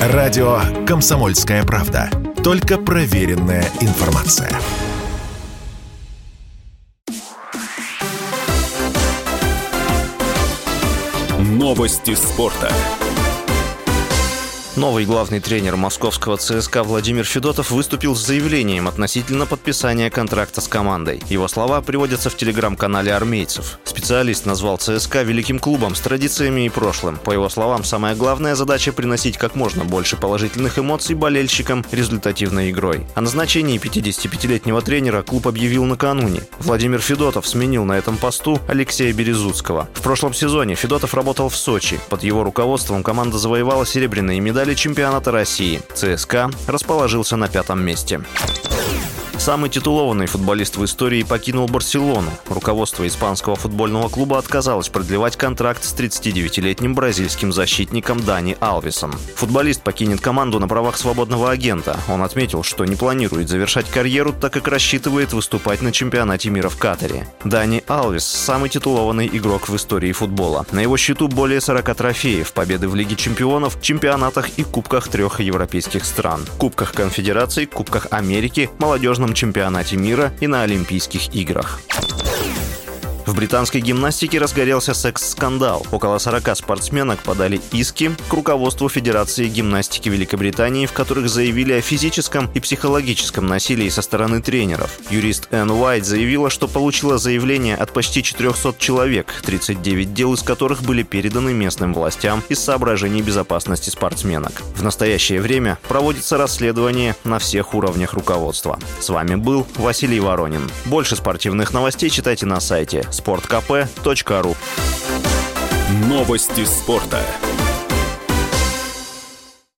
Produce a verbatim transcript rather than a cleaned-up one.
Радио «Комсомольская правда». Только проверенная информация. Новости спорта. Новый главный тренер московского ЦСКА Владимир Федотов выступил с заявлением относительно подписания контракта с командой. Его слова приводятся в телеграм-канале армейцев. Специалист назвал ЦСКА великим клубом с традициями и прошлым. По его словам, самая главная задача – приносить как можно больше положительных эмоций болельщикам результативной игрой. О назначении пятидесятипятилетнего тренера клуб объявил накануне. Владимир Федотов сменил на этом посту Алексея Березутского. В прошлом сезоне Федотов работал в Сочи. Под его руководством команда завоевала серебряные медали чемпионата России. ЦСКА расположился на пятом месте. Самый титулованный футболист в истории покинул Барселону. Руководство испанского футбольного клуба отказалось продлевать контракт с тридцатидевятилетним бразильским защитником Дани Алвесом. Футболист покинет команду на правах свободного агента. Он отметил, что не планирует завершать карьеру, так как рассчитывает выступать на чемпионате мира в Катаре. Дани Алвес – самый титулованный игрок в истории футбола. На его счету более сорока трофеев, победы в Лиге чемпионов, чемпионатах и кубках трех европейских стран, кубках конфедераций, кубках Америки, молодежном чемпионате мира и на Олимпийских играх. В британской гимнастике разгорелся секс-скандал. Около сорока спортсменок подали иски к руководству Федерации гимнастики Великобритании, в которых заявили о физическом и психологическом насилии со стороны тренеров. Юрист Энн Уайт заявила, что получила заявление от почти четырехсот человек, тридцать девять дел из которых были переданы местным властям из соображений безопасности спортсменок. В настоящее время проводится расследование на всех уровнях руководства. С вами был Василий Воронин. Больше спортивных новостей читайте на сайте спорт ка пэ точка ру. Новости спорта.